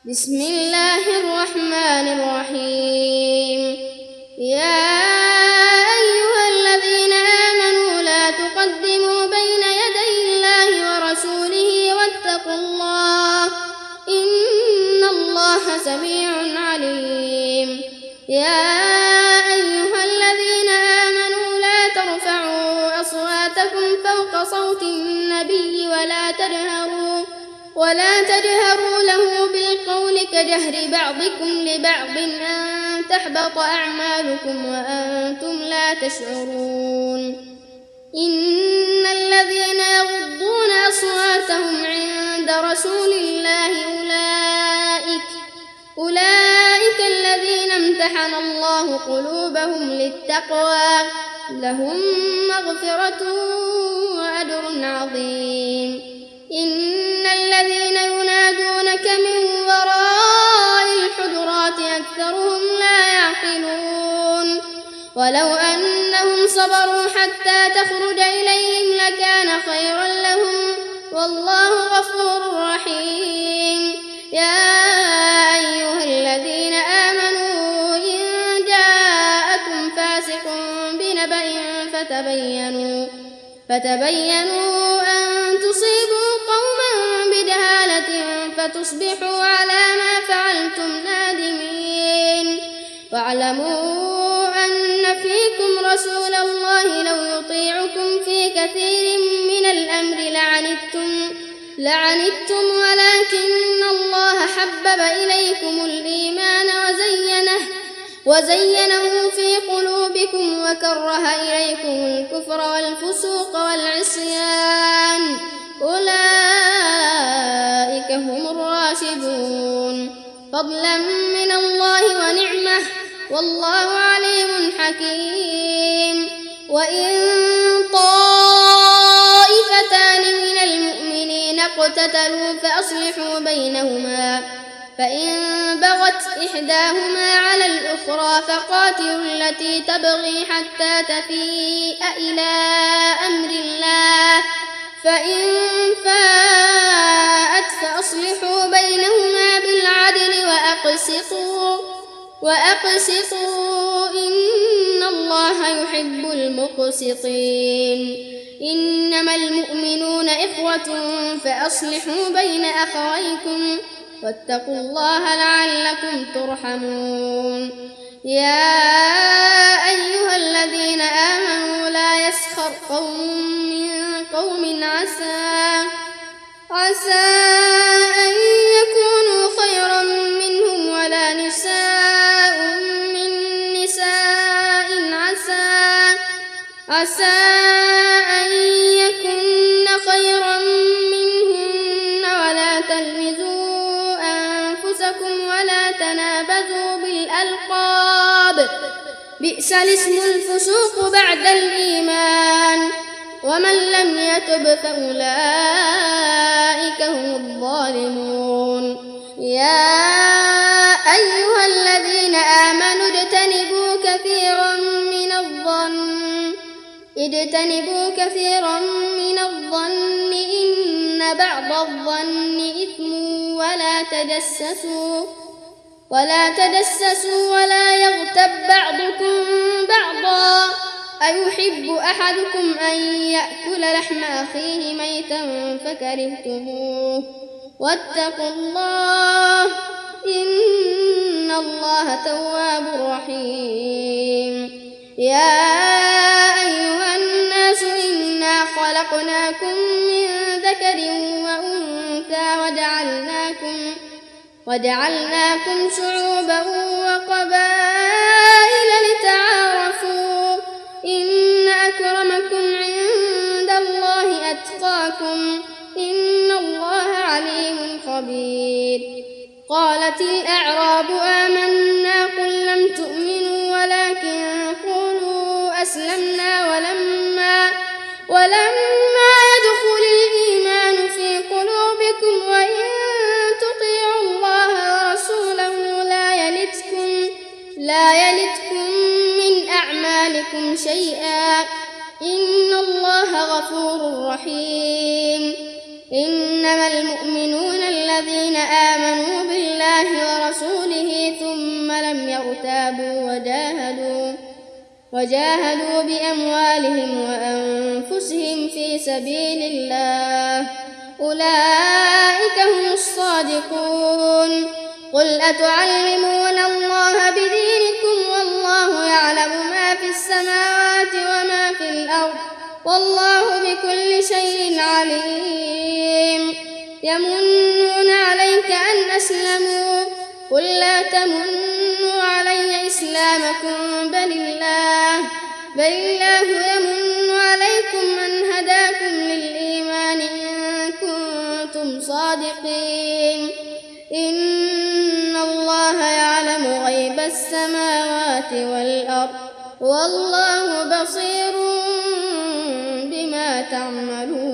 بسم الله الرحمن الرحيم. يا أيها الذين آمنوا لا تقدموا بين يدي الله ورسوله واتقوا الله إن الله سميع عليم. يا أيها الذين آمنوا لا ترفعوا أصواتكم فوق صوت النبي ولا تجهروا له بالقول كجهر بعضكم لبعض أن تحبط أعمالكم وأنتم لا تشعرون. إن الذين يغضون أصواتهم عند رسول الله أولئك الذين امتحن الله قلوبهم للتقوى لهم مغفرة وأجر عظيم. إن الذين ينادونك من وراء الحجرات أكثرهم لا يعقلون. ولو أنهم صبروا حتى تخرج إليهم لكان خيرا لهم والله غفور رحيم. يا أيها الذين آمنوا إن جاءكم فاسق بنبأ فتبينوا أن تصيبوا قوما بجهالة فتصبحوا على ما فعلتم نادمين. واعلموا أن فيكم رسول الله لو يطيعكم في كثير من الأمر لعنتم ولكن الله حبب إليكم الإيمان وزينه في قلوبكم وكره إليكم الكفر والفسوق والعصيان أولئك هم الراشدون فضلا من الله ونعمة والله عليم حكيم. وإن طائفتان من المؤمنين اقتتلوا فأصلحوا بينهما فإن بغت إحداهما على الأخرى فقاتلوا التي تبغي حتى تفيء إلى أمر الله فإن فاءت فأصلحوا بينهما بالعدل وأقسطوا إن الله يحب المقسطين. إنما المؤمنون إخوة فأصلحوا بين أخويكم واتقوا الله لعلكم ترحمون. يا أيها الذين آمنوا لا يسخر قوم من قوم عسى أن يكونوا خيرا منهم ولا نساء من نساء عسى أن يكن خيرا منهن ولا تلمزوا أنفسكم ولا تنابذوا بالألقاب بئس الاسم الفسوق بعد الإيمان ومن لم يتب فأولئك هم الظالمون. يا أيها الذين آمنوا اجتنبوا كثيرا من الظن إن بعض الظن إثم ولا تجسسوا ولا يغتب بعضكم بعضا أيحب أحدكم أن يأكل لحم أخيه ميتا فكرهتموه واتقوا الله إن الله تواب رحيم. يا أيها الناس إنا خلقناكم من ذكر وأنثى وجعلناكم شعوبا وقبائل لتعارفوا إن أكرمكم عند الله أتقاكم إن الله عليم خبير. قالت الأعراب آمنا قل لم تؤمنوا ولكن قولوا أسلمنا ولما يدخل الإيمان في قلوبكم وإن تطيعوا الله ورسوله لا يلتكم من أعمالكم شيئا إن الله غفور رحيم. إنما المؤمنون الذين آمنوا بالله وارتابوا وجاهدوا بأموالهم وأنفسهم في سبيل الله أولئك هم الصادقون. قل أتعلمون الله بدينكم والله يعلم ما في السماوات وما في الأرض والله بكل شيء عليم. يمنون عليك أن أسلموا قل لا تمنوا علي إسلامكم بل الله يمن عليكم أن هداكم للإيمان إن كنتم صادقين. إن الله يعلم غيب السماوات والأرض والله بصير بما تعملون.